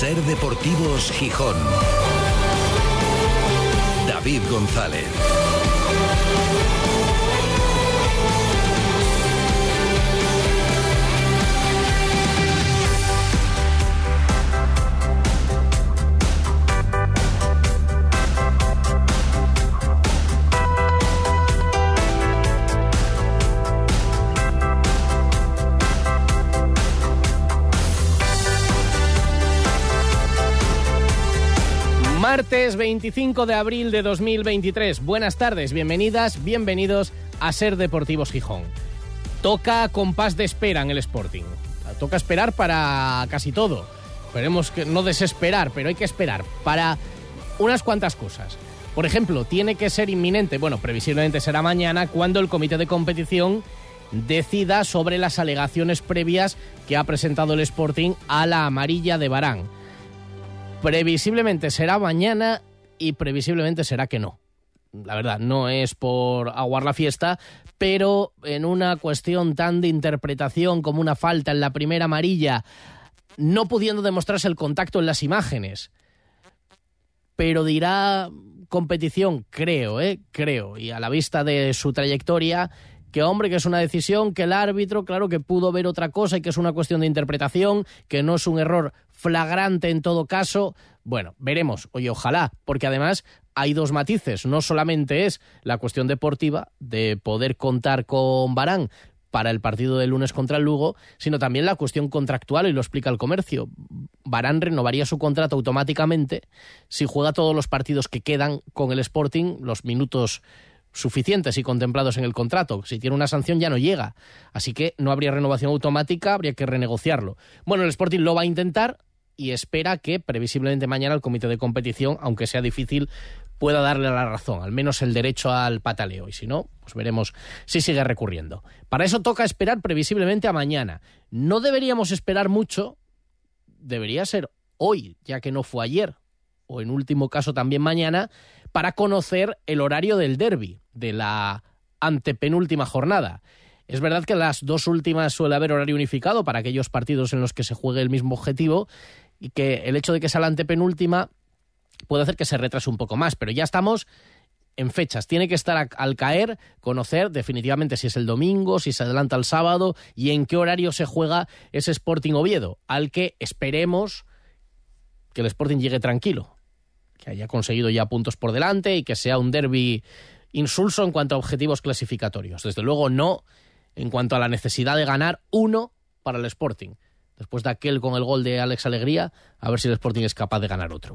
Ser Deportivos Gijón. David González. Martes 25 de abril de 2023. Buenas tardes, bienvenidas, bienvenidos a Ser Deportivos Gijón. Toca compás de espera en el Sporting. Toca esperar para casi todo. Esperemos que no desesperar, pero hay que esperar para unas cuantas cosas. Por ejemplo, tiene que ser inminente, bueno, previsiblemente será mañana, cuando el comité de competición decida sobre las alegaciones previas que ha presentado el Sporting a la amarilla de Varane. Previsiblemente será mañana y previsiblemente será que no. La verdad, no es por aguar la fiesta, pero en una cuestión tan de interpretación como una falta en la primera amarilla, no pudiendo demostrarse el contacto en las imágenes, pero dirá competición, creo, y a la vista de su trayectoria, que hombre, que es una decisión, que el árbitro, claro que pudo ver otra cosa y que es una cuestión de interpretación, que no es un error flagrante en todo caso. Bueno, veremos, oye, ojalá, porque además hay dos matices, no solamente es la cuestión deportiva de poder contar con Varane para el partido del lunes contra el Lugo, sino también la cuestión contractual, y lo explica el Comercio. Varane renovaría su contrato automáticamente si juega todos los partidos que quedan con el Sporting, los minutos suficientes y contemplados en el contrato. Si tiene una sanción ya no llega, así que no habría renovación automática, habría que renegociarlo. Bueno, el Sporting lo va a intentar y espera que previsiblemente mañana el comité de competición, aunque sea difícil, pueda darle la razón, al menos el derecho al pataleo, y si no, pues veremos si sigue recurriendo. Para eso toca esperar previsiblemente a mañana. No deberíamos esperar mucho, debería ser hoy, ya que no fue ayer, o en último caso también mañana, para conocer el horario del derbi, de la antepenúltima jornada. Es verdad que en las dos últimas suele haber horario unificado para aquellos partidos en los que se juegue el mismo objetivo, y que el hecho de que sea la antepenúltima puede hacer que se retrase un poco más, pero ya estamos en fechas. Tiene que estar al caer, conocer definitivamente si es el domingo, si se adelanta el sábado y en qué horario se juega ese Sporting Oviedo, al que esperemos que el Sporting llegue tranquilo, que haya conseguido ya puntos por delante y que sea un derbi insulso en cuanto a objetivos clasificatorios. Desde luego no en cuanto a la necesidad de ganar uno para el Sporting. Después de aquel con el gol de Alex Alegría, a ver si el Sporting es capaz de ganar otro.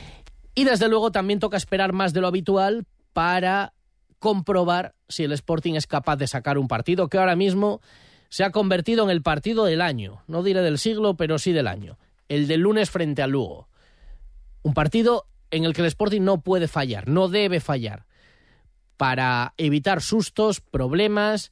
Y desde luego también toca esperar más de lo habitual para comprobar si el Sporting es capaz de sacar un partido que ahora mismo se ha convertido en el partido del año. No diré del siglo, pero sí del año. El del lunes frente al Lugo. Un partido en el que el Sporting no puede fallar, no debe fallar, para evitar sustos, problemas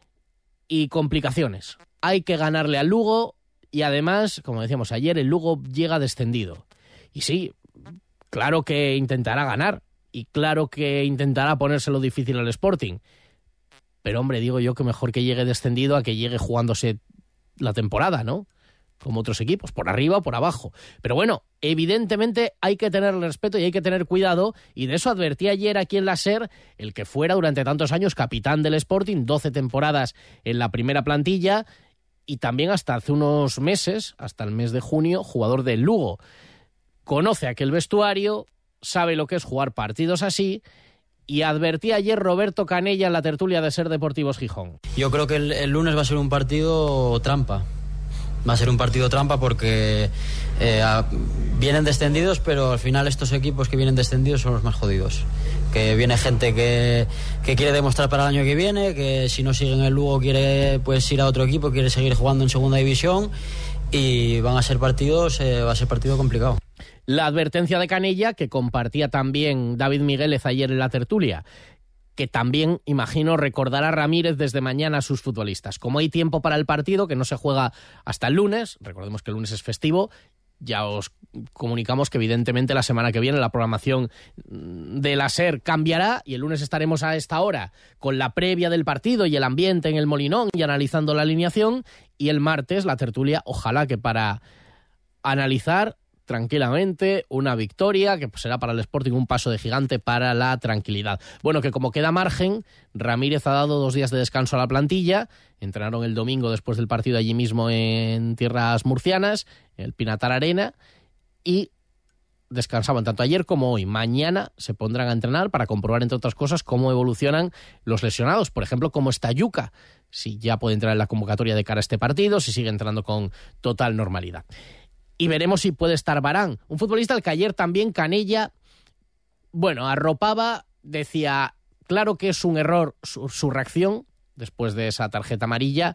y complicaciones. Hay que ganarle al Lugo y además, como decíamos ayer, el Lugo llega descendido. Y sí, claro que intentará ganar y claro que intentará ponérselo difícil al Sporting. Pero hombre, digo yo que mejor que llegue descendido a que llegue jugándose la temporada, ¿no? Como otros equipos, por arriba o por abajo. Pero bueno, evidentemente hay que tener respeto y hay que tener cuidado, y de eso advertí ayer aquí en la SER el que fuera durante tantos años capitán del Sporting, 12 temporadas en la primera plantilla, y también hasta hace unos meses, hasta el mes de junio, jugador del Lugo. Conoce aquel vestuario, sabe lo que es jugar partidos así, y advertí ayer Roberto Canella en la tertulia de Ser Deportivos Gijón. Yo creo que el lunes va a ser un partido trampa. Va a ser un partido trampa porque vienen descendidos, pero al final estos equipos que vienen descendidos son los más jodidos. Que viene gente que quiere demostrar para el año que viene, que si no sigue en el Lugo quiere pues ir a otro equipo, quiere seguir jugando en segunda división, y van a ser partidos, va a ser partido complicado. La advertencia de Canella, que compartía también David Miguélez ayer en la tertulia, que también, imagino, recordará Ramírez desde mañana a sus futbolistas. Como hay tiempo para el partido, que no se juega hasta el lunes, recordemos que el lunes es festivo, ya os comunicamos que evidentemente la semana que viene la programación de la SER cambiará y el lunes estaremos a esta hora con la previa del partido y el ambiente en el Molinón y analizando la alineación, y el martes la tertulia, ojalá que para analizar tranquilamente una victoria que será para el Sporting un paso de gigante para la tranquilidad. Bueno, que como queda margen, Ramírez ha dado 2 días de descanso a la plantilla. Entrenaron el domingo después del partido allí mismo en tierras murcianas, en el Pinatar Arena, y descansaban tanto ayer como hoy. Mañana se pondrán a entrenar para comprobar, entre otras cosas, cómo evolucionan los lesionados. Por ejemplo, cómo está Yuka, si ya puede entrar en la convocatoria de cara a este partido, si sigue entrenando con total normalidad. Y veremos si puede estar Varane, un futbolista al que ayer también Canella, arropaba, decía, claro que es un error su reacción después de esa tarjeta amarilla,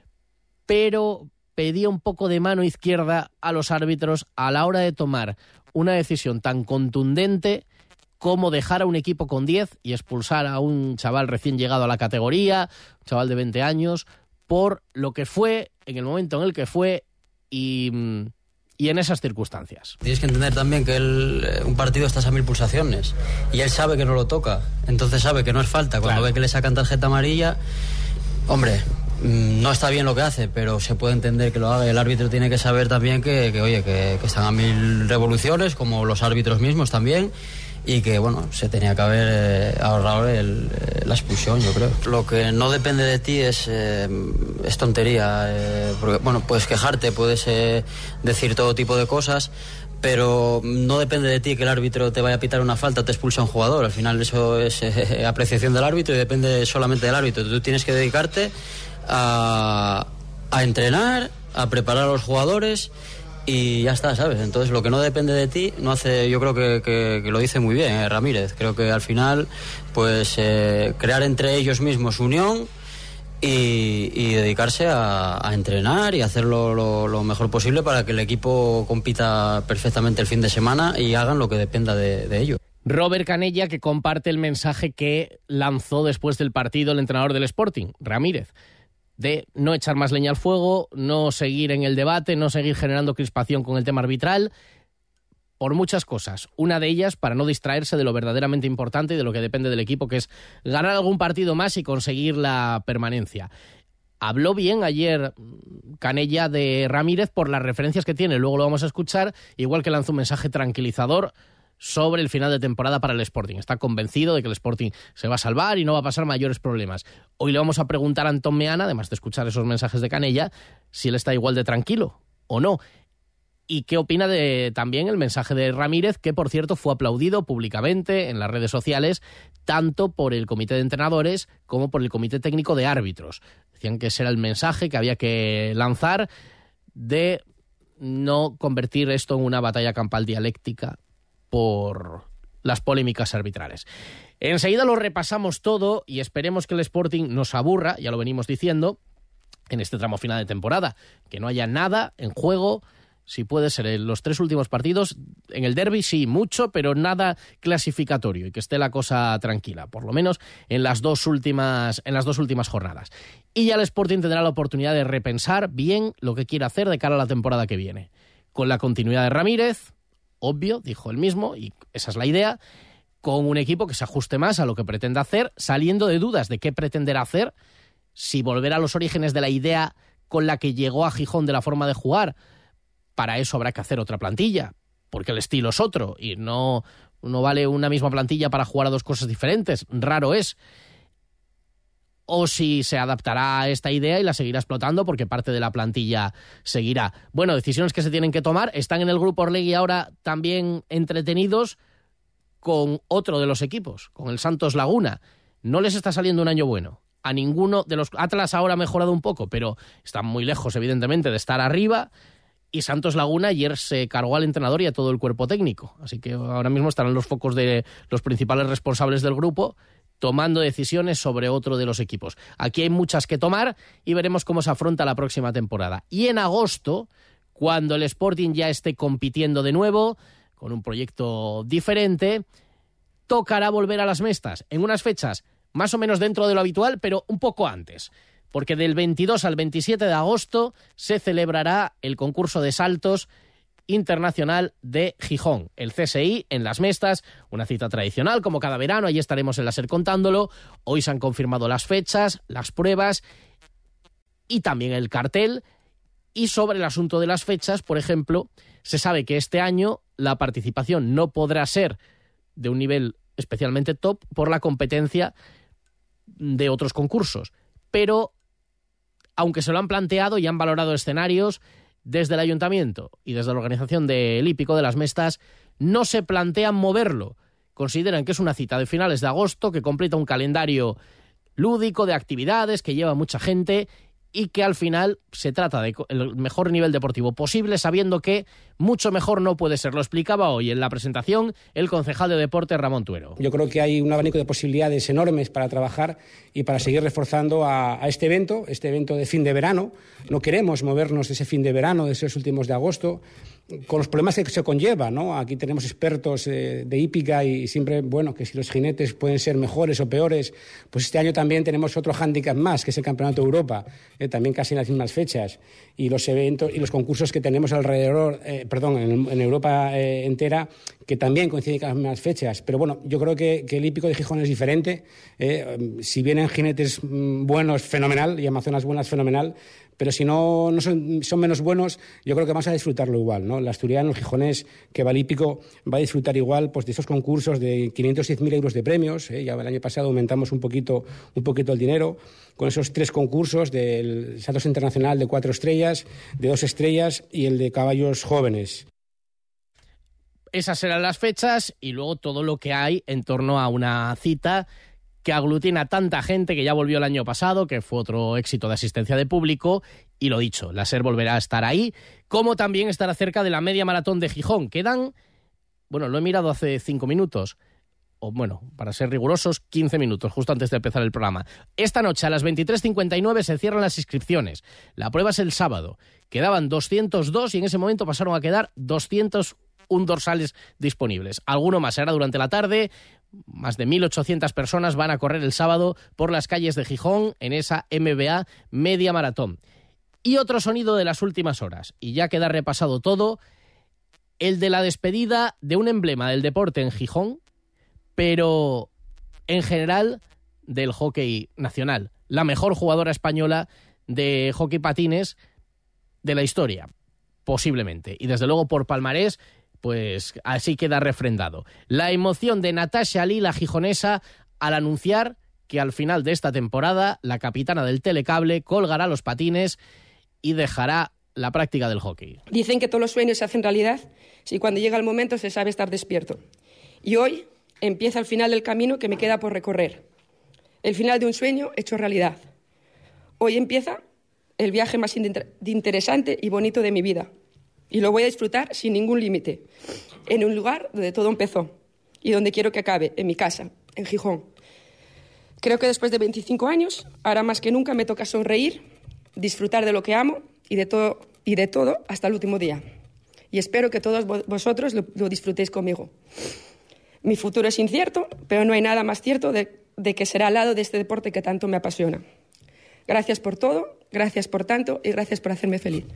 pero pedía un poco de mano izquierda a los árbitros a la hora de tomar una decisión tan contundente como dejar a un equipo con 10 y expulsar a un chaval recién llegado a la categoría, un chaval de 20 años, por lo que fue, en el momento en el que fue y en esas circunstancias. Tienes que entender también que un partido estás a 1000 pulsaciones y él sabe que no lo toca, entonces sabe que no es falta. Cuando ve que le sacan tarjeta amarilla, hombre, no está bien lo que hace, pero se puede entender que lo haga. El árbitro tiene que saber también que están a 1000 revoluciones, como los árbitros mismos también, y que se tenía que haber ahorrado la expulsión, yo creo. Lo que no depende de ti es tontería, porque puedes quejarte, puedes decir todo tipo de cosas, pero no depende de ti que el árbitro te vaya a pitar una falta o te expulsa a un jugador. Al final eso es apreciación del árbitro y depende solamente del árbitro. Tú tienes que dedicarte a entrenar, a preparar a los jugadores y ya está, ¿sabes? Entonces lo que no depende de ti no hace, yo creo que lo dice muy bien Ramírez. Creo que al final crear entre ellos mismos unión y dedicarse a entrenar y hacerlo lo mejor posible para que el equipo compita perfectamente el fin de semana y hagan lo que dependa de ello. Robert Canella, que comparte el mensaje que lanzó después del partido el entrenador del Sporting, Ramírez, de no echar más leña al fuego, no seguir en el debate, no seguir generando crispación con el tema arbitral, por muchas cosas. Una de ellas, para no distraerse de lo verdaderamente importante y de lo que depende del equipo, que es ganar algún partido más y conseguir la permanencia. Habló bien ayer Canella de Ramírez por las referencias que tiene, luego lo vamos a escuchar, igual que lanzó un mensaje tranquilizador sobre el final de temporada para el Sporting. Está convencido de que el Sporting se va a salvar y no va a pasar mayores problemas. Hoy le vamos a preguntar a Antón Meana, además de escuchar esos mensajes de Canella, si él está igual de tranquilo o no. Y qué opina de también el mensaje de Ramírez, que por cierto fue aplaudido públicamente en las redes sociales, tanto por el comité de entrenadores como por el comité técnico de árbitros. Decían que ese era el mensaje que había que lanzar, de no convertir esto en una batalla campal dialéctica por las polémicas arbitrales. Enseguida lo repasamos todo y esperemos que el Sporting nos aburra, ya lo venimos diciendo, en este tramo final de temporada, que no haya nada en juego, si puede ser en los 3 últimos partidos, en el derbi sí, mucho, pero nada clasificatorio y que esté la cosa tranquila, por lo menos en las dos últimas jornadas. Y ya el Sporting tendrá la oportunidad de repensar bien lo que quiere hacer de cara a la temporada que viene. Con la continuidad de Ramírez, obvio, dijo él mismo, y esa es la idea, con un equipo que se ajuste más a lo que pretende hacer, saliendo de dudas de qué pretenderá hacer, si volver a los orígenes de la idea con la que llegó a Gijón de la forma de jugar. Para eso habrá que hacer otra plantilla, porque el estilo es otro y no vale una misma plantilla para jugar a 2 cosas diferentes, raro es. O si se adaptará a esta idea y la seguirá explotando porque parte de la plantilla seguirá. Bueno, decisiones que se tienen que tomar. Están en el Grupo Orlegui ahora también entretenidos con otro de los equipos, con el Santos Laguna. No les está saliendo un año bueno a ninguno de los... Atlas ahora ha mejorado un poco, pero están muy lejos, evidentemente, de estar arriba. Y Santos Laguna ayer se cargó al entrenador y a todo el cuerpo técnico. Así que ahora mismo estarán los focos de los principales responsables del grupo tomando decisiones sobre otro de los equipos. Aquí hay muchas que tomar y veremos cómo se afronta la próxima temporada. Y en agosto, cuando el Sporting ya esté compitiendo de nuevo, con un proyecto diferente, tocará volver a las Mestas, en unas fechas más o menos dentro de lo habitual, pero un poco antes. Porque del 22 al 27 de agosto se celebrará el concurso de saltos internacional de Gijón, el CSI en Las Mestas, una cita tradicional como cada verano, allí estaremos en la SER contándolo. Hoy se han confirmado las fechas, las pruebas y también el cartel, Y sobre el asunto de las fechas, por ejemplo, se sabe que este año la participación no podrá ser de un nivel especialmente top por la competencia de otros concursos. Pero, aunque se lo han planteado y han valorado escenarios, desde el Ayuntamiento y desde la organización del Hípico de las Mestas, no se plantean moverlo. Consideran que es una cita de finales de agosto que completa un calendario lúdico de actividades que lleva mucha gente y que al final se trata del mejor nivel deportivo posible, sabiendo que mucho mejor no puede ser. Lo explicaba hoy en la presentación el concejal de Deportes, Ramón Tuero. Yo creo que hay un abanico de posibilidades enormes para trabajar y para seguir reforzando a este evento de fin de verano. No queremos movernos de ese fin de verano, de esos últimos de agosto, con los problemas que se conlleva, ¿no? Aquí tenemos expertos de hípica y siempre, bueno, que si los jinetes pueden ser mejores o peores, pues este año también tenemos otro hándicap más, que es el Campeonato de Europa, también casi en las mismas fechas, y los eventos y los concursos que tenemos alrededor, en Europa entera, que también coinciden con las mismas fechas. Pero bueno, yo creo que el hípico de Gijón es diferente. Si vienen jinetes buenos, fenomenal, y Amazonas buenas, fenomenal. Pero si no son menos buenos, yo creo que vamos a disfrutarlo igual, ¿no? El asturiano, el gijonés que va al hípico va a disfrutar igual pues de esos concursos de 510.000 euros de premios. Ya el año pasado aumentamos un poquito el dinero con esos 3 concursos del Saltos Internacional de 4 estrellas, de 2 estrellas y el de caballos jóvenes. Esas serán las fechas y luego todo lo que hay en torno a una cita que aglutina a tanta gente, que ya volvió el año pasado, que fue otro éxito de asistencia de público, y lo dicho, la SER volverá a estar ahí, como también estará cerca de la media maratón de Gijón. Quedan, bueno, lo he mirado hace 5 minutos, o bueno, para ser rigurosos, 15 minutos, justo antes de empezar el programa. Esta noche a las 23:59 se cierran las inscripciones. La prueba es el sábado. Quedaban 202 y en ese momento pasaron a quedar 201 dorsales disponibles. Alguno más será durante la tarde. Más de 1.800 personas van a correr el sábado por las calles de Gijón en esa MBA Media Maratón. Y otro sonido de las últimas horas, y ya queda repasado todo, el de la despedida de un emblema del deporte en Gijón, pero en general del hockey nacional. La mejor jugadora española de hockey patines de la historia, posiblemente. Y desde luego por palmarés, pues así queda refrendado. La emoción de Natasha Lee, la gijonesa, al anunciar que al final de esta temporada la capitana del Telecable colgará los patines y dejará la práctica del hockey. Dicen que todos los sueños se hacen realidad si cuando llega el momento se sabe estar despierto. Y hoy empieza el final del camino que me queda por recorrer. El final de un sueño hecho realidad. Hoy empieza el viaje más interesante y bonito de mi vida. Y lo voy a disfrutar sin ningún límite, en un lugar donde todo empezó y donde quiero que acabe, en mi casa, en Gijón. Creo que después de 25 años, ahora más que nunca me toca sonreír, disfrutar de lo que amo y de todo hasta el último día. Y espero que todos vosotros lo disfrutéis conmigo. Mi futuro es incierto, pero no hay nada más cierto de que será al lado de este deporte que tanto me apasiona. Gracias por todo, gracias por tanto y gracias por hacerme feliz.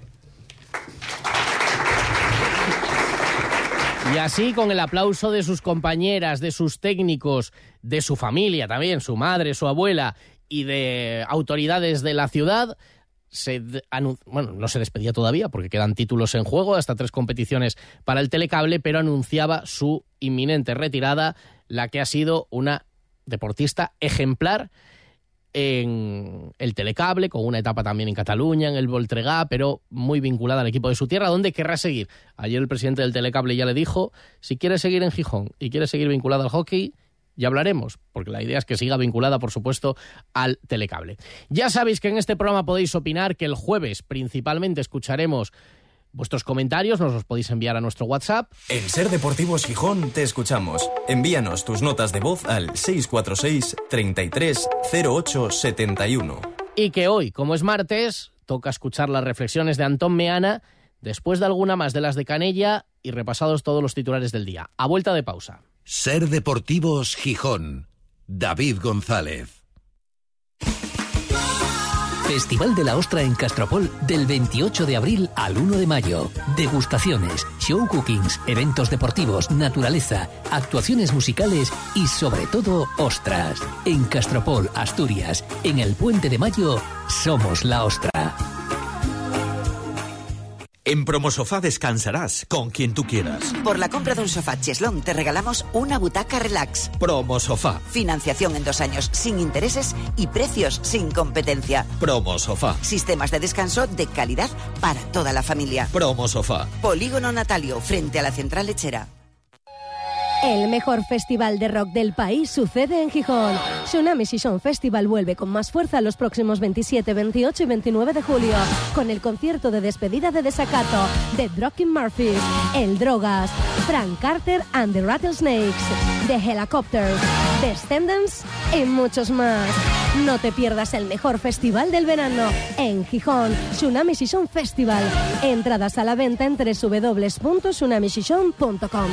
Y así, con el aplauso de sus compañeras, de sus técnicos, de su familia también, su madre, su abuela y de autoridades de la ciudad, no se despedía todavía porque quedan títulos en juego, hasta 3 competiciones para el Telecable, pero anunciaba su inminente retirada, la que ha sido una deportista ejemplar en el Telecable, con una etapa también en Cataluña, en el Voltregà, pero muy vinculada al equipo de su tierra, donde querrá seguir. Ayer el presidente del Telecable ya le dijo, si quiere seguir en Gijón y quiere seguir vinculada al hockey, ya hablaremos, porque la idea es que siga vinculada, por supuesto, al Telecable. Ya sabéis que en este programa podéis opinar, que el jueves principalmente escucharemos vuestros comentarios, nos los podéis enviar a nuestro WhatsApp. En Ser Deportivos Gijón te escuchamos. Envíanos tus notas de voz al 646 33 08 71. Y que hoy, como es martes, toca escuchar las reflexiones de Antón Meana, después de alguna más de las de Canella y repasados todos los titulares del día. A vuelta de pausa. Ser Deportivos Gijón. David González. Festival de la Ostra en Castropol del 28 de abril al 1 de mayo. Degustaciones, show cookings, eventos deportivos, naturaleza, actuaciones musicales y sobre todo ostras. En Castropol, Asturias, en el Puente de Mayo, somos la Ostra. En Promosofá descansarás con quien tú quieras. Por la compra de un sofá Cheslón te regalamos una butaca relax. Promosofá. Financiación en 2 años sin intereses y precios sin competencia. Promosofá. Sistemas de descanso de calidad para toda la familia. Promosofá. Polígono Natalio, frente a la central lechera. El mejor festival de rock del país sucede en Gijón. Tsunami Season Festival vuelve con más fuerza los próximos 27, 28 y 29 de julio, con el concierto de despedida de Desacato, The Dropkick Murphys, El Drogas, Frank Carter and the Rattlesnakes, The Helicopters, Descendants y muchos más. No te pierdas el mejor festival del verano en Gijón, Tsunami Season Festival. Entradas a la venta en www.tsunamiseason.com.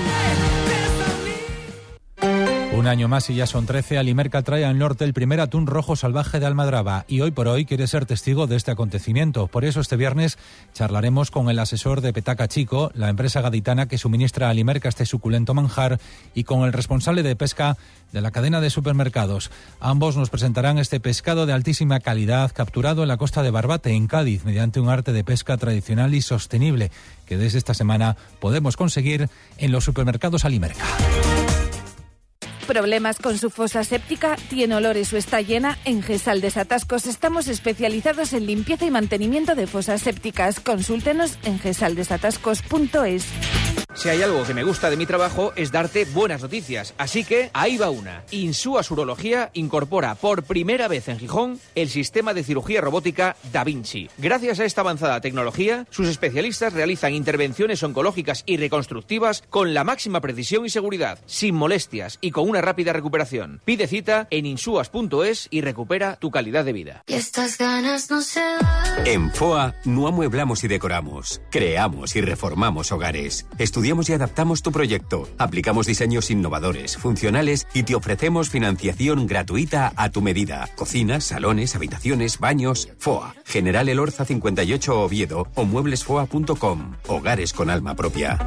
Un año más y ya son 13, Alimerca trae al norte el primer atún rojo salvaje de Almadraba y hoy por hoy quiere ser testigo de este acontecimiento. Por eso este viernes charlaremos con el asesor de Petaca Chico, la empresa gaditana que suministra a Alimerca este suculento manjar, y con el responsable de pesca de la cadena de supermercados. Ambos nos presentarán este pescado de altísima calidad capturado en la costa de Barbate, en Cádiz, mediante un arte de pesca tradicional y sostenible que desde esta semana podemos conseguir en los supermercados Alimerca. ¿Problemas con su fosa séptica? ¿Tiene olores o está llena? En Gesal Desatascos estamos especializados en limpieza y mantenimiento de fosas sépticas. Consúltenos en gesaldesatascos.es. Si hay algo que me gusta de mi trabajo es darte buenas noticias, así que ahí va una. Insúas Urología incorpora por primera vez en Gijón el sistema de cirugía robótica Da Vinci. Gracias a esta avanzada tecnología, sus especialistas realizan intervenciones oncológicas y reconstructivas con la máxima precisión y seguridad, sin molestias y con una rápida recuperación. Pide cita en insuas.es y recupera tu calidad de vida. Estas ganas no se van. En FOA no amueblamos y decoramos, creamos y reformamos hogares. Estudiamos y adaptamos tu proyecto, aplicamos diseños innovadores, funcionales y te ofrecemos financiación gratuita a tu medida. Cocinas, salones, habitaciones, baños. FOA, General Elorza 58 Oviedo o mueblesfoa.com. Hogares con alma propia.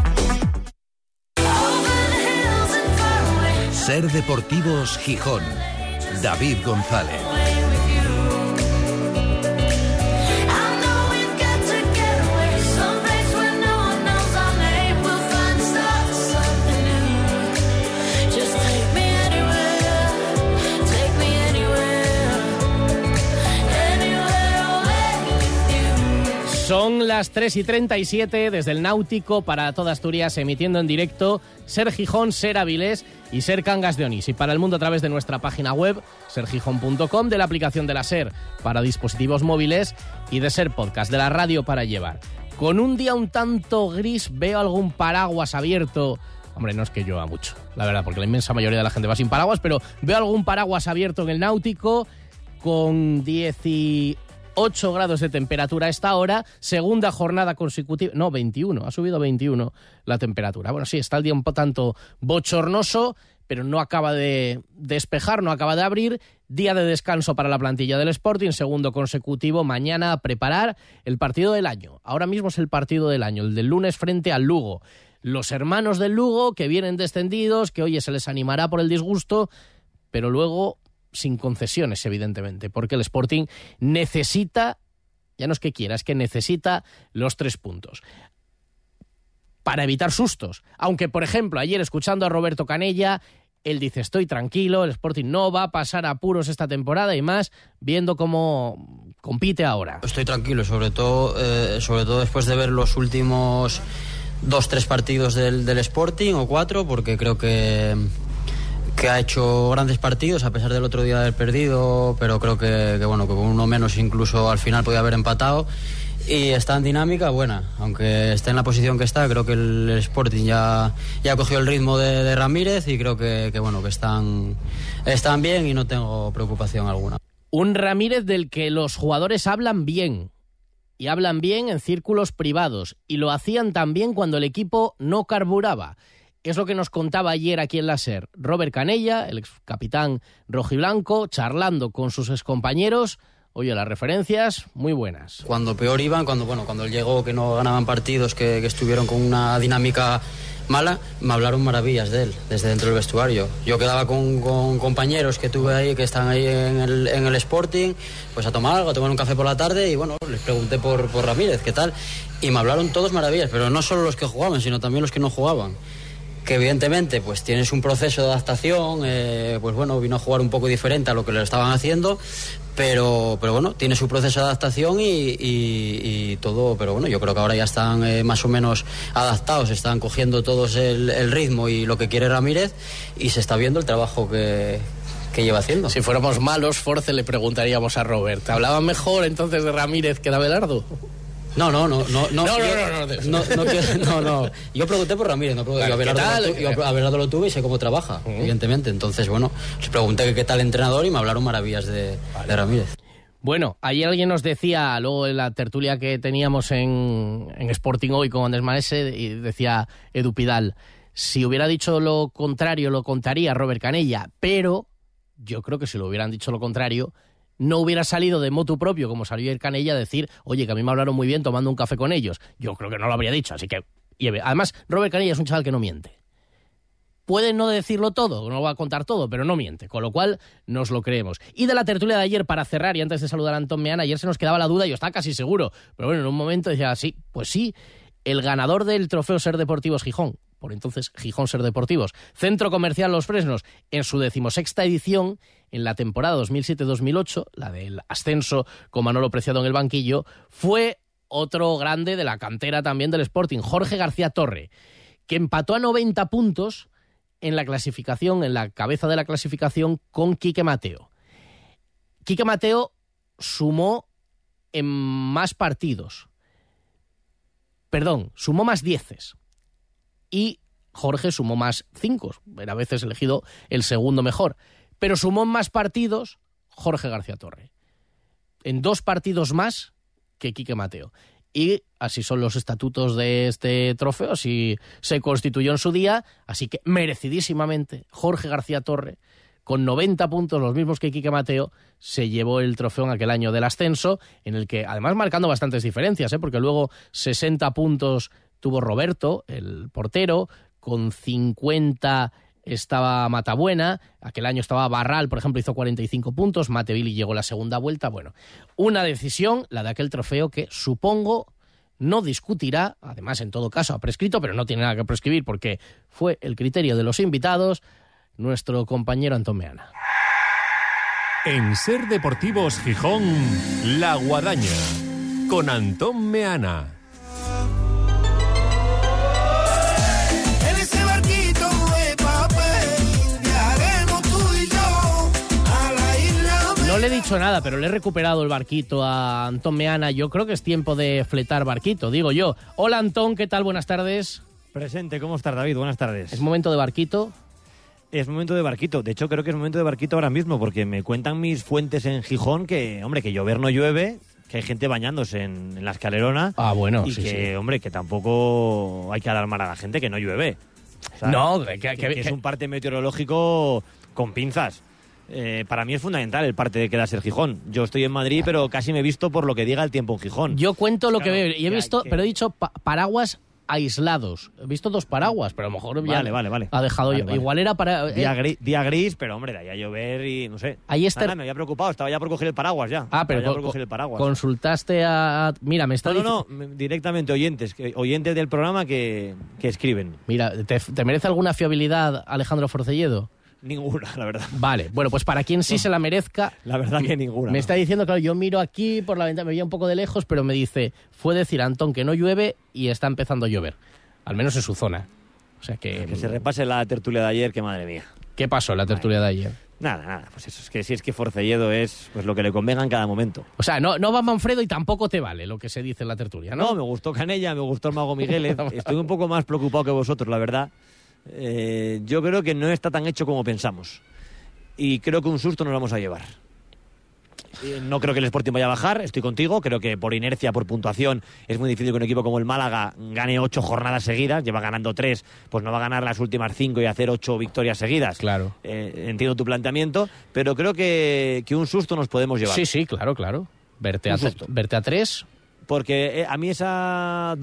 Ser Deportivos Gijón. David González. Son las 3:37 desde el Náutico para toda Asturias, emitiendo en directo Ser Gijón, Ser Avilés y Ser Cangas de Onís. Y para el mundo a través de nuestra página web, sergijón.com, de la aplicación de la Ser para dispositivos móviles y de Ser Podcast, de la radio para llevar. Con un día un tanto gris, veo algún paraguas abierto. Hombre, no es que llueva mucho, la verdad, porque la inmensa mayoría de la gente va sin paraguas, pero veo algún paraguas abierto en el Náutico con 18 grados de temperatura a esta hora, segunda jornada consecutiva, no, 21, ha subido 21 la temperatura. Bueno, sí, está el día un tanto bochornoso, pero no acaba de despejar, no acaba de abrir. Día de descanso para la plantilla del Sporting, segundo consecutivo, mañana a preparar el partido del año. Ahora mismo es el partido del año, el del lunes frente al Lugo. Los hermanos del Lugo, que vienen descendidos, que oye, se les animará por el disgusto, pero luego sin concesiones, evidentemente, porque el Sporting necesita, ya no es que quiera, es que necesita los 3 puntos para evitar sustos. Aunque, por ejemplo, ayer escuchando a Roberto Canella, él dice, estoy tranquilo, el Sporting no va a pasar apuros esta temporada y más, viendo cómo compite ahora. Estoy tranquilo, sobre todo después de ver los últimos 2-3 partidos del Sporting, o 4, porque creo que ha hecho grandes partidos, a pesar del otro día de haber perdido, pero creo que bueno, que con uno menos incluso al final podía haber empatado, y está en dinámica buena, aunque esté en la posición que está. Creo que el Sporting ya cogió el ritmo de Ramírez y creo que bueno, que están bien y no tengo preocupación alguna. Un Ramírez del que los jugadores hablan bien, y hablan bien en círculos privados, y lo hacían también cuando el equipo no carburaba. Es lo que nos contaba ayer aquí en la SER Robert Canella, el ex capitán rojiblanco, charlando con sus excompañeros. Oye, las referencias muy buenas. Cuando peor iban, cuando él llegó, que no ganaban partidos, que estuvieron con una dinámica mala, me hablaron maravillas de él desde dentro del vestuario. Yo quedaba con compañeros que tuve ahí, que están ahí en el Sporting, pues a tomar algo, a tomar un café por la tarde, y bueno, les pregunté por Ramírez, ¿qué tal? Y me hablaron todos maravillas, pero no solo los que jugaban, sino también los que no jugaban. Que evidentemente pues tienes un proceso de adaptación, pues bueno, vino a jugar un poco diferente a lo que le estaban haciendo, pero bueno, tiene su proceso de adaptación y todo, pero bueno, yo creo que ahora ya están más o menos adaptados, están cogiendo todos el ritmo y lo que quiere Ramírez, y se está viendo el trabajo que lleva haciendo. Si fuéramos malos, Force, le preguntaríamos a Robert, ¿hablaban mejor entonces de Ramírez que de Abelardo? No. Yo pregunté por Ramírez, no pregunté. Yo Abelardo lo tuve y sé cómo trabaja, evidentemente. Entonces, bueno, les pregunté qué tal entrenador y me hablaron maravillas de Ramírez. Bueno, ayer alguien nos decía, luego en la tertulia que teníamos en Sporting Hoy con Andrés Manese, y decía Edu Pidal, si hubiera dicho lo contrario, lo contaría Robert Canella, pero yo creo que si lo hubieran dicho lo contrario, no hubiera salido de motu propio, como salió ayer Canella, a decir, oye, que a mí me hablaron muy bien tomando un café con ellos. Yo creo que no lo habría dicho, así que... Además, Robert Canella es un chaval que no miente. Puede no decirlo todo, no va a contar todo, pero no miente, con lo cual nos lo creemos. Y de la tertulia de ayer, para cerrar, y antes de saludar a Antón Meana, ayer se nos quedaba la duda, yo estaba casi seguro, pero bueno, en un momento decía, sí, pues sí, el ganador del trofeo Ser Deportivos Gijón, por entonces Gijón Ser Deportivos, Centro Comercial Los Fresnos, en su 16ª edición, en la temporada 2007-2008, la del ascenso con Manolo Preciado en el banquillo, fue otro grande de la cantera también del Sporting, Jorge García Torre, que empató a 90 puntos en la clasificación, en la cabeza de la clasificación, con Quique Mateo. Quique Mateo sumó en más partidos. Sumó más 10. Y Jorge sumó más 5. Era a veces elegido el segundo mejor. Pero sumó en más partidos Jorge García Torre. En 2 partidos más que Quique Mateo. Y así son los estatutos de este trofeo, así se constituyó en su día, así que merecidísimamente Jorge García Torre, con 90 puntos, los mismos que Quique Mateo, se llevó el trofeo en aquel año del ascenso, en el que, además marcando bastantes diferencias, porque luego 60 puntos tuvo Roberto, el portero, con 50 estaba Matabuena, aquel año estaba Barral, por ejemplo, hizo 45 puntos, Matevili llegó la segunda vuelta. Bueno, una decisión, la de aquel trofeo, que supongo no discutirá, además en todo caso ha prescrito, pero no tiene nada que prescribir porque fue el criterio de los invitados, nuestro compañero Antón Meana. En Ser Deportivos Gijón, La Guadaña, con Antón Meana. No le he dicho nada, pero le he recuperado el barquito a Antón Meana. Yo creo que es tiempo de fletar barquito, digo yo. Hola Antón, ¿qué tal? Buenas tardes. Presente, ¿cómo estás, David? Buenas tardes. ¿Es momento de barquito? Es momento de barquito. De hecho, creo que es momento de barquito ahora mismo, porque me cuentan mis fuentes en Gijón que, hombre, que llover no llueve, que hay gente bañándose en la escalerona. Ah, bueno, y sí, que, sí. Hombre, que tampoco hay que alarmar a la gente, que no llueve. O sea, no, que es un parte meteorológico con pinzas. Para mí es fundamental el parte de quedarse el Gijón. Yo estoy en Madrid, pero casi me he visto por lo que diga el tiempo en Gijón. Yo cuento lo que veo y he visto, pero he dicho paraguas aislados. He visto 2 paraguas, pero a lo mejor ya vale. ha dejado Vale. Igual era para... Día gris, pero hombre, de ahí a llover y no sé. Ahí Nada, me había preocupado, estaba ya por coger el paraguas ya. Ah, pero consultaste a... Mira, me está No, directamente oyentes del programa que escriben. Mira, ¿te merece alguna fiabilidad Alejandro Forcelledo? Ninguna, la verdad. Vale, bueno, pues para quien sí se la merezca... La verdad que ninguna. Me está diciendo, claro, yo miro aquí por la ventana, me veía un poco de lejos, pero me dice, fue decir Antón que no llueve y está empezando a llover. Al menos en su zona. O sea que... Que se repase la tertulia de ayer, que madre mía. ¿Qué pasó en la tertulia de ayer? Nada, pues eso, es que si es que Forcelledo es pues lo que le convenga en cada momento. O sea, no va Manfredo y tampoco te vale lo que se dice en la tertulia, ¿no? No, me gustó Canella, me gustó el Mago Miguel. Estoy un poco más preocupado que vosotros, la verdad. Yo creo que no está tan hecho como pensamos. Y creo que un susto nos vamos a llevar. No creo que el Sporting vaya a bajar, estoy contigo. Creo que por inercia, por puntuación, es muy difícil que un equipo como el Málaga gane 8 jornadas seguidas. Lleva ganando 3, pues no va a ganar las últimas 5 y hacer 8 victorias seguidas. Claro. Entiendo tu planteamiento, pero creo que un susto nos podemos llevar. Sí, claro. Verte a 3... porque a mí esa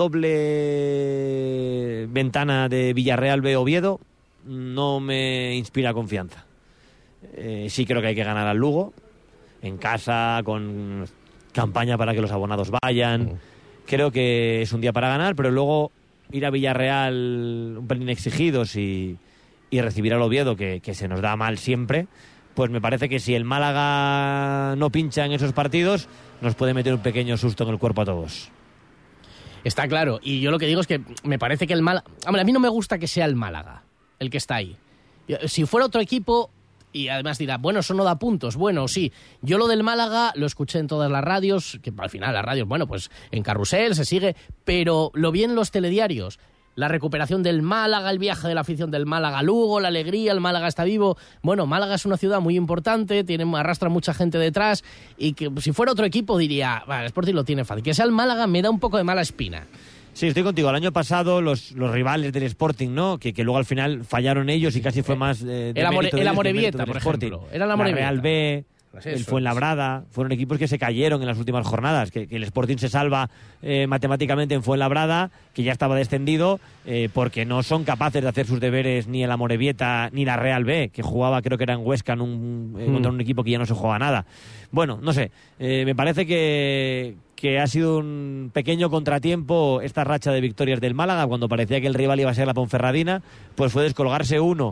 doble ventana de Villarreal B Oviedo no me inspira confianza. Sí creo que hay que ganar al Lugo en casa, con campaña para que los abonados vayan. Creo que es un día para ganar, pero luego ir a Villarreal un pelín exigidos y recibir al Oviedo, que se nos da mal siempre, pues me parece que si el Málaga no pincha en esos partidos, nos puede meter un pequeño susto en el cuerpo a todos. Está claro, y yo lo que digo es que me parece que el Málaga... Hombre, a mí no me gusta que sea el Málaga el que está ahí. Si fuera otro equipo... Y además dirá, bueno, eso no da puntos. Bueno, sí, yo lo del Málaga lo escuché en todas las radios, que al final las radios, bueno, pues en Carrusel se sigue, pero lo vi en los telediarios. La recuperación del Málaga, el viaje de la afición del Málaga a Lugo, la alegría, el Málaga está vivo. Bueno, Málaga es una ciudad muy importante, arrastra mucha gente detrás, y que si fuera otro equipo diría, el Sporting lo tiene fácil. Que sea el Málaga me da un poco de mala espina. Sí, estoy contigo. El año pasado los rivales del Sporting, ¿no? Que luego al final fallaron ellos y casi fue más de el Amorebieta, por ejemplo. Era la Real B, el Fuenlabrada, fueron equipos que se cayeron en las últimas jornadas. Que el Sporting se salva matemáticamente en Fuenlabrada, que ya estaba descendido, porque no son capaces de hacer sus deberes ni el Amorebieta ni la Real B, que jugaba, creo que era en Huesca, contra un equipo que ya no se juega nada. Bueno, no sé, me parece que ha sido un pequeño contratiempo esta racha de victorias del Málaga. Cuando parecía que el rival iba a ser la Ponferradina, pues fue descolgarse uno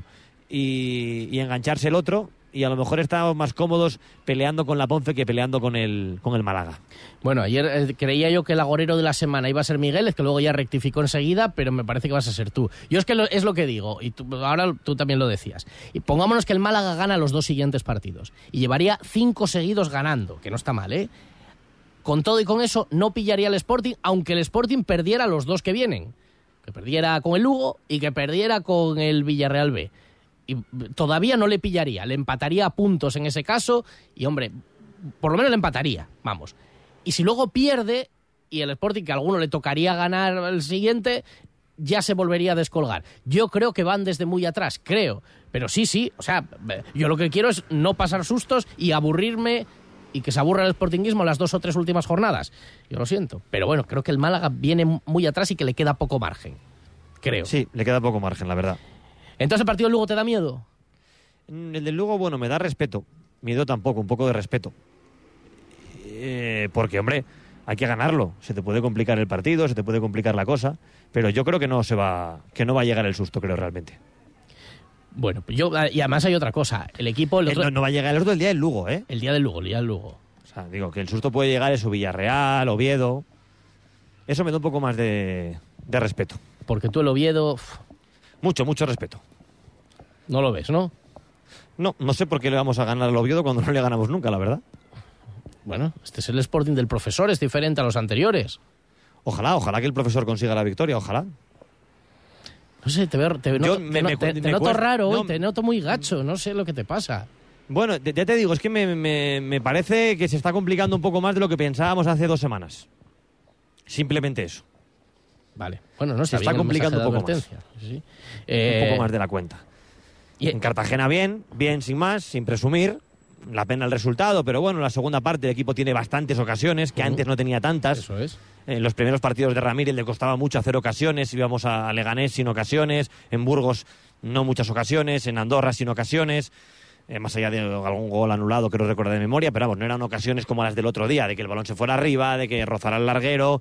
y engancharse el otro, y a lo mejor estábamos más cómodos peleando con la Ponfe que peleando con el Málaga. Bueno, ayer creía yo que el agorero de la semana iba a ser Miguel, es que luego ya rectificó enseguida, pero me parece que vas a ser tú. Yo es que es lo que digo, y ahora tú también lo decías. Y pongámonos que el Málaga gana los 2 siguientes partidos, y llevaría 5 seguidos ganando, que no está mal, ¿eh? Con todo y con eso, no pillaría el Sporting, aunque el Sporting perdiera los 2 que vienen. Que perdiera con el Lugo y que perdiera con el Villarreal B. Y todavía no le pillaría, le empataría a puntos en ese caso, y hombre, por lo menos le empataría, vamos. Y si luego pierde, y el Sporting, que a alguno le tocaría ganar el siguiente, ya se volvería a descolgar. Yo creo que van desde muy atrás, creo. Pero sí, o sea, yo lo que quiero es no pasar sustos y aburrirme, y que se aburra el sportinguismo las 2 o 3 últimas jornadas. Yo lo siento. Pero bueno, creo que el Málaga viene muy atrás y que le queda poco margen. Creo. Sí, le queda poco margen, la verdad. ¿Entonces el partido del Lugo te da miedo? El del Lugo, bueno, me da respeto. Miedo tampoco, un poco de respeto. Porque, hombre, hay que ganarlo. Se te puede complicar el partido, se te puede complicar la cosa, pero yo creo que no va a llegar el susto, creo, realmente. Bueno, y además hay otra cosa. El equipo... No va a llegar el susto el día del Lugo, ¿eh? El día del Lugo. O sea, digo, que el susto puede llegar eso, Villarreal, Oviedo. Eso me da un poco más de respeto. Porque tú el Oviedo... Mucho respeto. No lo ves, ¿no? No sé por qué le vamos a ganar al Oviedo cuando no le ganamos nunca, la verdad. Bueno, este es el Sporting del profesor, es diferente a los anteriores. Ojalá que el profesor consiga la victoria, ojalá. No sé, te noto raro hoy, te noto muy gacho, no sé lo que te pasa. Bueno, ya te digo, es que me parece que se está complicando un poco más de lo que pensábamos hace 2 semanas. Simplemente eso. Vale, bueno, no se está complicando un poco más. Sí. Un poco más de la cuenta. Y en Cartagena bien, sin más, sin presumir. La pena el resultado, pero bueno, en la segunda parte el equipo tiene bastantes ocasiones, que antes no tenía tantas. Eso es. En los primeros partidos de Ramírez le costaba mucho hacer ocasiones, íbamos a Leganés sin ocasiones, en Burgos no muchas ocasiones, en Andorra sin ocasiones, más allá de algún gol anulado que no recuerdo de memoria, pero vamos, no eran ocasiones como las del otro día, de que el balón se fuera arriba, de que rozara el larguero,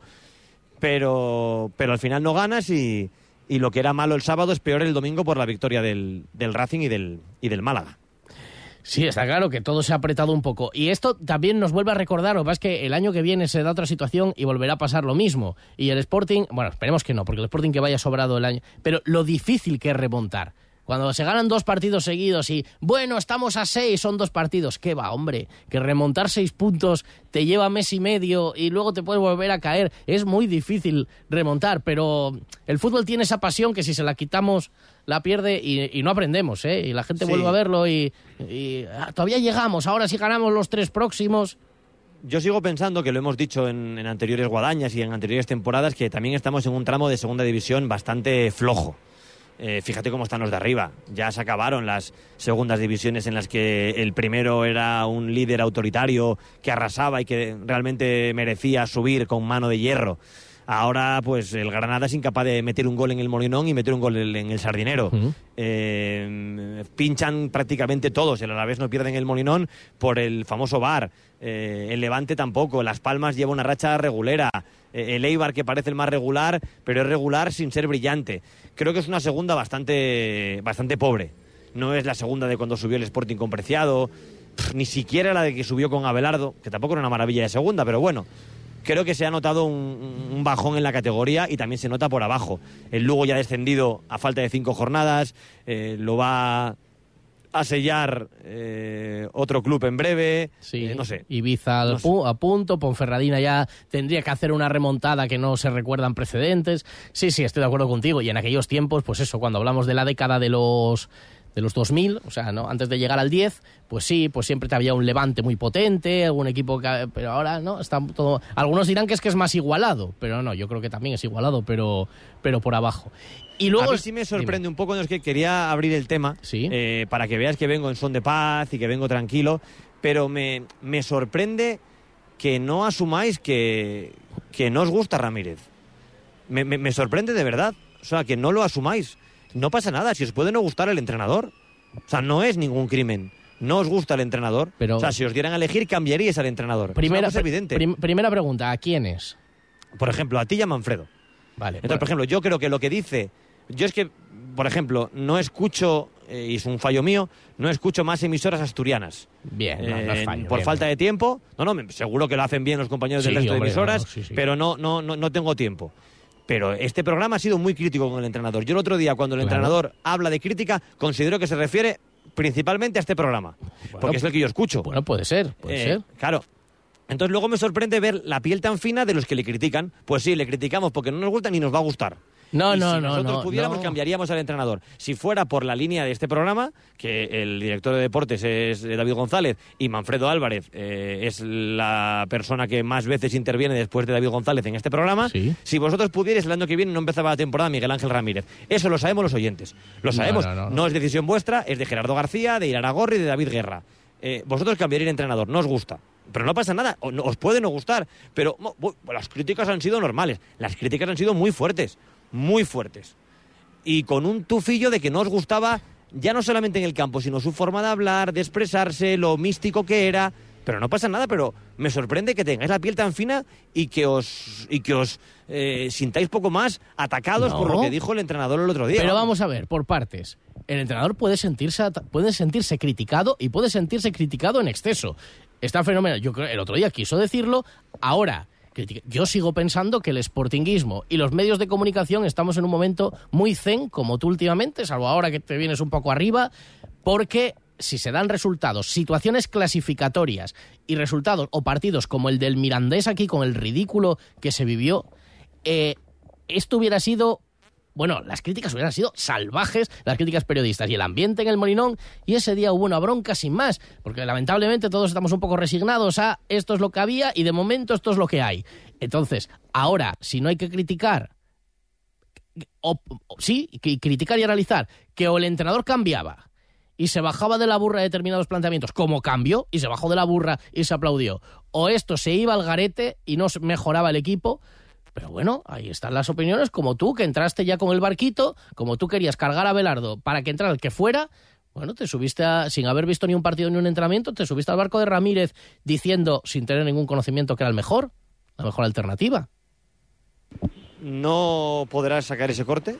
pero al final no ganas y lo que era malo el sábado es peor el domingo por la victoria del Racing y del Málaga. Sí, está claro que todo se ha apretado un poco. Y esto también nos vuelve a recordar, o más que el año que viene se da otra situación y volverá a pasar lo mismo. Y el Sporting, bueno, esperemos que no, porque el Sporting que vaya sobrado el año, pero lo difícil que es remontar. Cuando se ganan 2 partidos seguidos y, bueno, estamos a 6, son 2 partidos. ¿Qué va, hombre? Que remontar 6 puntos te lleva mes y medio y luego te puedes volver a caer. Es muy difícil remontar, pero el fútbol tiene esa pasión que si se la quitamos la pierde y no aprendemos, ¿eh? Y la gente vuelve a verlo y todavía llegamos. Ahora si ganamos los 3 próximos... Yo sigo pensando, que lo hemos dicho en anteriores guadañas y en anteriores temporadas, que también estamos en un tramo de segunda división bastante flojo. Fíjate cómo están los de arriba. Ya se acabaron las segundas divisiones en las que el primero era un líder autoritario que arrasaba y que realmente merecía subir con mano de hierro. Ahora, pues, el Granada es incapaz de meter un gol en el Molinón y meter un gol en el Sardinero. Pinchan prácticamente todos. El Alavés no pierde en el Molinón por el famoso VAR. El Levante tampoco. Las Palmas lleva una racha regulera. El Eibar, que parece el más regular, pero es regular sin ser brillante. Creo que es una segunda bastante pobre. No es la segunda de cuando subió el Sporting con Preciado, ni siquiera la de que subió con Abelardo, que tampoco era una maravilla de segunda, pero bueno. Creo que se ha notado un bajón en la categoría y también se nota por abajo. El Lugo ya ha descendido a falta de 5 jornadas, lo va a sellar otro club en breve, sí, no sé. Ibiza a punto, Ponferradina ya tendría que hacer una remontada que no se recuerdan precedentes. Sí, estoy de acuerdo contigo. Y en aquellos tiempos, pues eso, cuando hablamos de la década de los 2000, o sea, ¿no? Antes de llegar al 10, pues sí, pues siempre te había un Levante muy potente, algún equipo pero ahora no, está todo. Algunos dirán que es más igualado, pero no, yo creo que también es igualado, pero por abajo. Y luego a mí sí me sorprende un poco, no es que quería abrir el tema, ¿sí? Para que veas que vengo en son de paz y que vengo tranquilo, pero me sorprende que no asumáis que no os gusta Ramírez. Me sorprende de verdad, o sea, que no lo asumáis. No pasa nada, si os puede no gustar el entrenador. O sea, no es ningún crimen. No os gusta el entrenador. Pero, o sea, si os dieran a elegir, cambiaríais al entrenador. Es evidente. Primera pregunta, ¿a quién es? Por ejemplo, a ti y a Manfredo. Vale. Entonces, por ejemplo, yo creo que lo que dice... Yo es que, por ejemplo, no escucho, y es un fallo mío, no escucho más emisoras asturianas. Bien, no es fallo. Por falta de tiempo. Seguro que lo hacen bien los compañeros del resto de emisoras, pero no tengo tiempo. Pero este programa ha sido muy crítico con el entrenador. Yo el otro día, cuando el entrenador habla de crítica, considero que se refiere principalmente a este programa. Porque es el que yo escucho. Bueno, puede ser. Claro. Entonces luego me sorprende ver la piel tan fina de los que le critican. Pues sí, le criticamos porque no nos gusta ni nos va a gustar. Si nosotros pudiéramos, cambiaríamos al entrenador. Si fuera por la línea de este programa, que el director de deportes es David González y Manfredo Álvarez es la persona que más veces interviene después de David González en este programa, ¿sí? Si vosotros pudierais, el año que viene no empezaba la temporada Miguel Ángel Ramírez. Eso lo sabemos los oyentes. Lo sabemos. No es decisión vuestra, es de Gerardo García, de Irara Gorri y de David Guerra. Vosotros cambiaréis entrenador, no os gusta. Pero no pasa nada, os puede no gustar. Pero las críticas han sido normales. Las críticas han sido muy fuertes. Muy fuertes. Y con un tufillo de que no os gustaba ya no solamente en el campo, sino su forma de hablar, de expresarse, lo místico que era. Pero no pasa nada, pero me sorprende que tengáis la piel tan fina y que os sintáis poco más atacados por lo que dijo el entrenador el otro día. Pero vamos a ver, por partes. El entrenador puede sentirse criticado y puede sentirse criticado en exceso. Está fenomenal. Yo creo que el otro día quiso decirlo. Ahora, yo sigo pensando que el sportinguismo y los medios de comunicación estamos en un momento muy zen, como tú últimamente, salvo ahora que te vienes un poco arriba, porque si se dan resultados, situaciones clasificatorias y resultados o partidos como el del Mirandés aquí, con el ridículo que se vivió, esto hubiera sido... Bueno, las críticas hubieran sido salvajes, las críticas periodistas y el ambiente en el Molinón, y ese día hubo una bronca sin más, porque lamentablemente todos estamos un poco resignados a esto es lo que había y de momento esto es lo que hay. Entonces, ahora, si no hay que criticar, criticar y analizar, que o el entrenador cambiaba y se bajaba de la burra de determinados planteamientos, como cambió y se bajó de la burra y se aplaudió, o esto se iba al garete y no mejoraba el equipo. Pero bueno, ahí están las opiniones, como tú, que entraste ya con el barquito, como tú querías cargar a Abelardo para que entrara el que fuera, bueno, te subiste, sin haber visto ni un partido ni un entrenamiento, te subiste al barco de Ramírez diciendo, sin tener ningún conocimiento, que era la mejor alternativa. ¿No podrás sacar ese corte?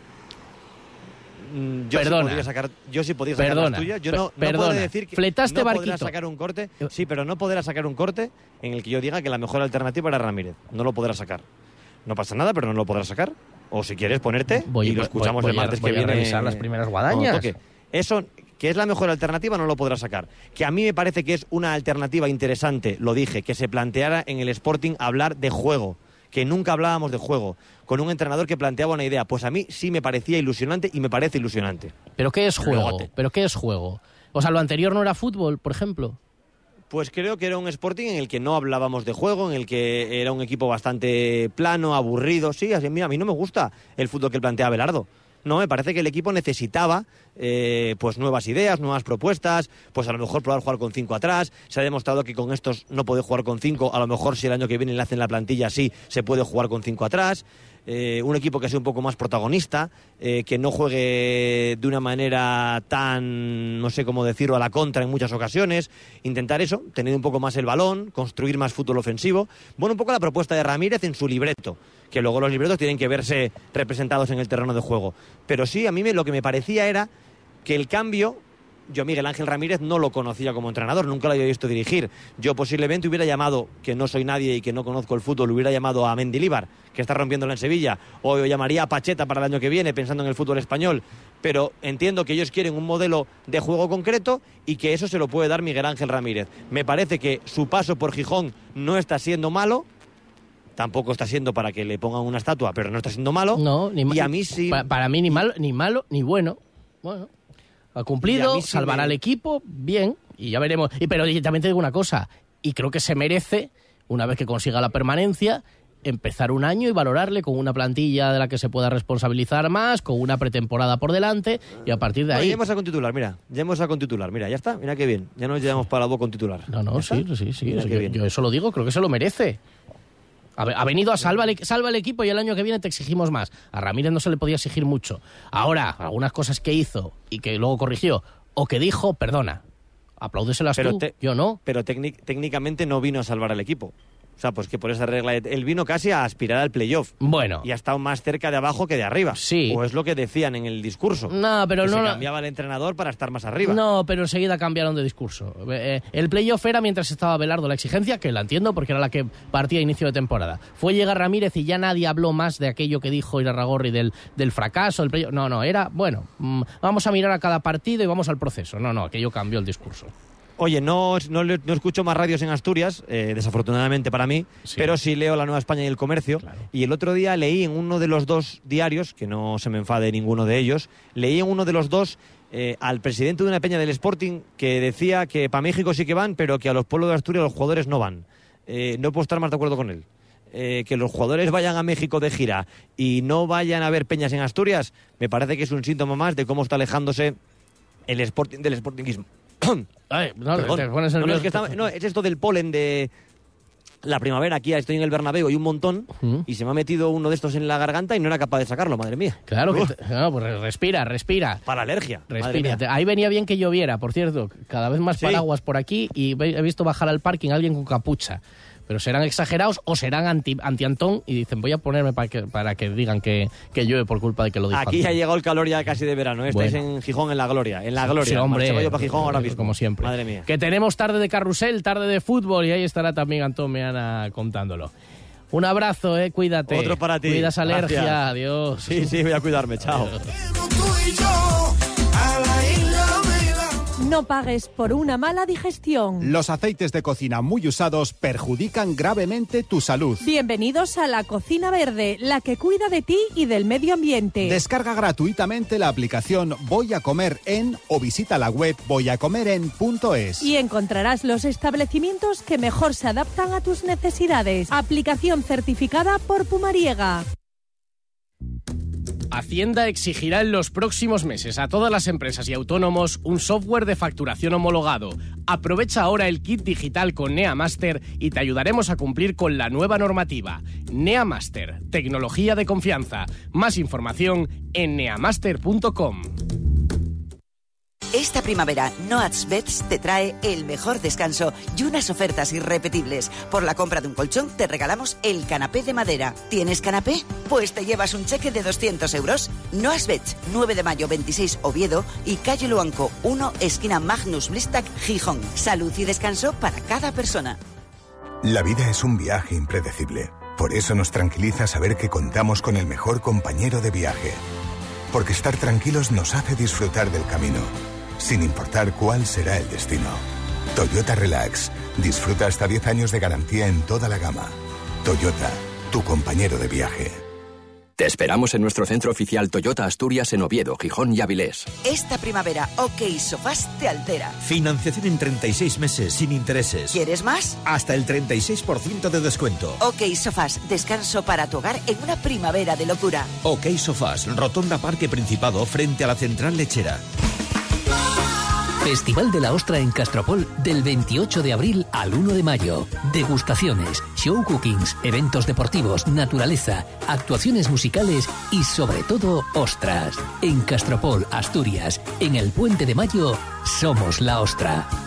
Yo sí podría sacar las tuyas. Yo no puedo decir que fletaste no barquito. Podrás sacar un corte. Sí, pero no podrás sacar un corte en el que yo diga que la mejor alternativa era Ramírez. No lo podrás sacar. No pasa nada, pero no lo podrás sacar. O si quieres ponerte y lo escuchamos el martes que viene. Voy a revisar las primeras guadañas. Eso, que es la mejor alternativa, no lo podrás sacar. Que a mí me parece que es una alternativa interesante, lo dije, que se planteara en el Sporting hablar de juego, que nunca hablábamos de juego, con un entrenador que planteaba una idea. Pues a mí sí me parecía ilusionante y me parece ilusionante. ¿Pero qué es juego? O sea, lo anterior no era fútbol, por ejemplo. Pues creo que era un Sporting en el que no hablábamos de juego, en el que era un equipo bastante plano, aburrido. Sí, así, mira, a mí no me gusta el fútbol que plantea Abelardo. No, me parece que el equipo necesitaba pues nuevas ideas, nuevas propuestas, pues a lo mejor probar jugar con 5 atrás. Se ha demostrado que con estos no puede jugar con 5, a lo mejor si el año que viene le hacen la plantilla sí, se puede jugar con 5 atrás. Un equipo que sea un poco más protagonista, que no juegue de una manera tan, no sé cómo decirlo, a la contra en muchas ocasiones, intentar eso, tener un poco más el balón, construir más fútbol ofensivo. Bueno, un poco la propuesta de Ramírez en su libreto, que luego los libretos tienen que verse representados en el terreno de juego. Pero sí, a mí lo que me parecía era que el cambio... Yo a Miguel Ángel Ramírez no lo conocía como entrenador, nunca lo había visto dirigir. Yo posiblemente hubiera llamado, que no soy nadie y que no conozco el fútbol, hubiera llamado a Mendilibar, que está rompiéndola en Sevilla, o llamaría a Pacheta para el año que viene, pensando en el fútbol español. Pero entiendo que ellos quieren un modelo de juego concreto y que eso se lo puede dar Miguel Ángel Ramírez. Me parece que su paso por Gijón no está siendo malo, tampoco está siendo para que le pongan una estatua, pero no está siendo malo. No, y a mí sí. Para mí ni malo ni bueno. Bueno. Ha cumplido, sí salvará al equipo, bien, y ya veremos. Pero también te digo una cosa, y creo que se merece, una vez que consiga la permanencia, empezar un año y valorarle con una plantilla de la que se pueda responsabilizar más, con una pretemporada por delante, y a partir de ahí... Ya hemos con titular, mira, ya está, mira qué bien, ya nos llevamos para la boca con titular. No, sí, yo eso lo digo, creo que se lo merece. Ha venido a salva el equipo y el año que viene te exigimos más. A Ramírez no se le podía exigir mucho. Ahora, algunas cosas que hizo y que luego corrigió, o que dijo, perdona, apláudeselas tú, yo no. Pero técnicamente no vino a salvar al equipo. O sea, pues que por esa regla, él vino casi a aspirar al playoff. Bueno. Y ha estado más cerca de abajo que de arriba. Sí. O es lo que decían en el discurso. No, pero que no. Se cambiaba el entrenador para estar más arriba. No, pero enseguida cambiaron de discurso. El playoff era mientras estaba Belardo la exigencia, que la entiendo porque era la que partía a inicio de temporada. Fue llegar Ramírez y ya nadie habló más de aquello que dijo Irarragorri del fracaso, del playoff. No, era, bueno, vamos a mirar a cada partido y vamos al proceso. No, aquello cambió el discurso. Oye, no escucho más radios en Asturias, desafortunadamente para mí, sí. Pero sí leo La Nueva España y El Comercio. Claro. Y el otro día leí en uno de los dos diarios, que no se me enfade ninguno de ellos, leí en uno de los dos al presidente de una peña del Sporting que decía que para México sí que van, pero que a los pueblos de Asturias los jugadores no van. No puedo estar más de acuerdo con él. Que los jugadores vayan a México de gira y no vayan a ver peñas en Asturias, me parece que es un síntoma más de cómo está alejándose el Sporting del sportinguismo. Ay, te pones nervioso. Es esto del polen de la primavera. Aquí estoy en el Bernabéu, hay un montón, y se me ha metido uno de estos en la garganta y no era capaz de sacarlo, madre mía. Claro, pues respira. Para alergia. Respira. Ahí venía bien que lloviera, por cierto. Cada vez más paraguas por aquí y he visto bajar al parking a alguien con capucha. Pero serán exagerados o serán anti-Antón y dicen voy a ponerme para que digan que llueve por culpa de que lo dijo Aquí Antón. Ha llegado el calor ya casi de verano. Estáis en Gijón en la gloria. Sí, hombre, yo para Gijón ahora mismo. Como siempre. Madre mía. Que tenemos tarde de carrusel, tarde de fútbol y ahí estará también Antón Meana contándolo. Un abrazo, cuídate. Otro para ti. Cuidas alergia, Gracias. Adiós. Sí, voy a cuidarme, chao. No pagues por una mala digestión. Los aceites de cocina muy usados perjudican gravemente tu salud. Bienvenidos a La Cocina Verde, la que cuida de ti y del medio ambiente. Descarga gratuitamente la aplicación Voy a Comer En o visita la web voyacomeren.es. Y encontrarás los establecimientos que mejor se adaptan a tus necesidades. Aplicación certificada por Pumariega. Hacienda exigirá en los próximos meses a todas las empresas y autónomos un software de facturación homologado. Aprovecha ahora el kit digital con NeaMaster y te ayudaremos a cumplir con la nueva normativa. NeaMaster, tecnología de confianza. Más información en neamaster.com. Esta primavera, Noats Beds te trae el mejor descanso y unas ofertas irrepetibles. Por la compra de un colchón te regalamos el canapé de madera. ¿Tienes canapé? Pues te llevas un cheque de 200 euros. Noats Beds, 9 de mayo 26 Oviedo y calle Luanco 1, esquina Magnus Blistak, Gijón. Salud y descanso para cada persona. La vida es un viaje impredecible. Por eso nos tranquiliza saber que contamos con el mejor compañero de viaje. Porque estar tranquilos nos hace disfrutar del camino, sin importar cuál será el destino. Toyota Relax. Disfruta hasta 10 años de garantía en toda la gama. Toyota, tu compañero de viaje. Te esperamos en nuestro centro oficial Toyota Asturias en Oviedo, Gijón y Avilés. Esta primavera, OK Sofás te altera. Financiación en 36 meses, sin intereses. ¿Quieres más? Hasta el 36% de descuento. OK Sofás, descanso para tu hogar en una primavera de locura. OK Sofás, Rotonda Parque Principado, frente a la Central Lechera. Festival de la Ostra en Castropol del 28 de abril al 1 de mayo. Degustaciones, show cookings, eventos deportivos, naturaleza, actuaciones musicales y sobre todo ostras. En Castropol, Asturias, en el Puente de Mayo, somos la Ostra.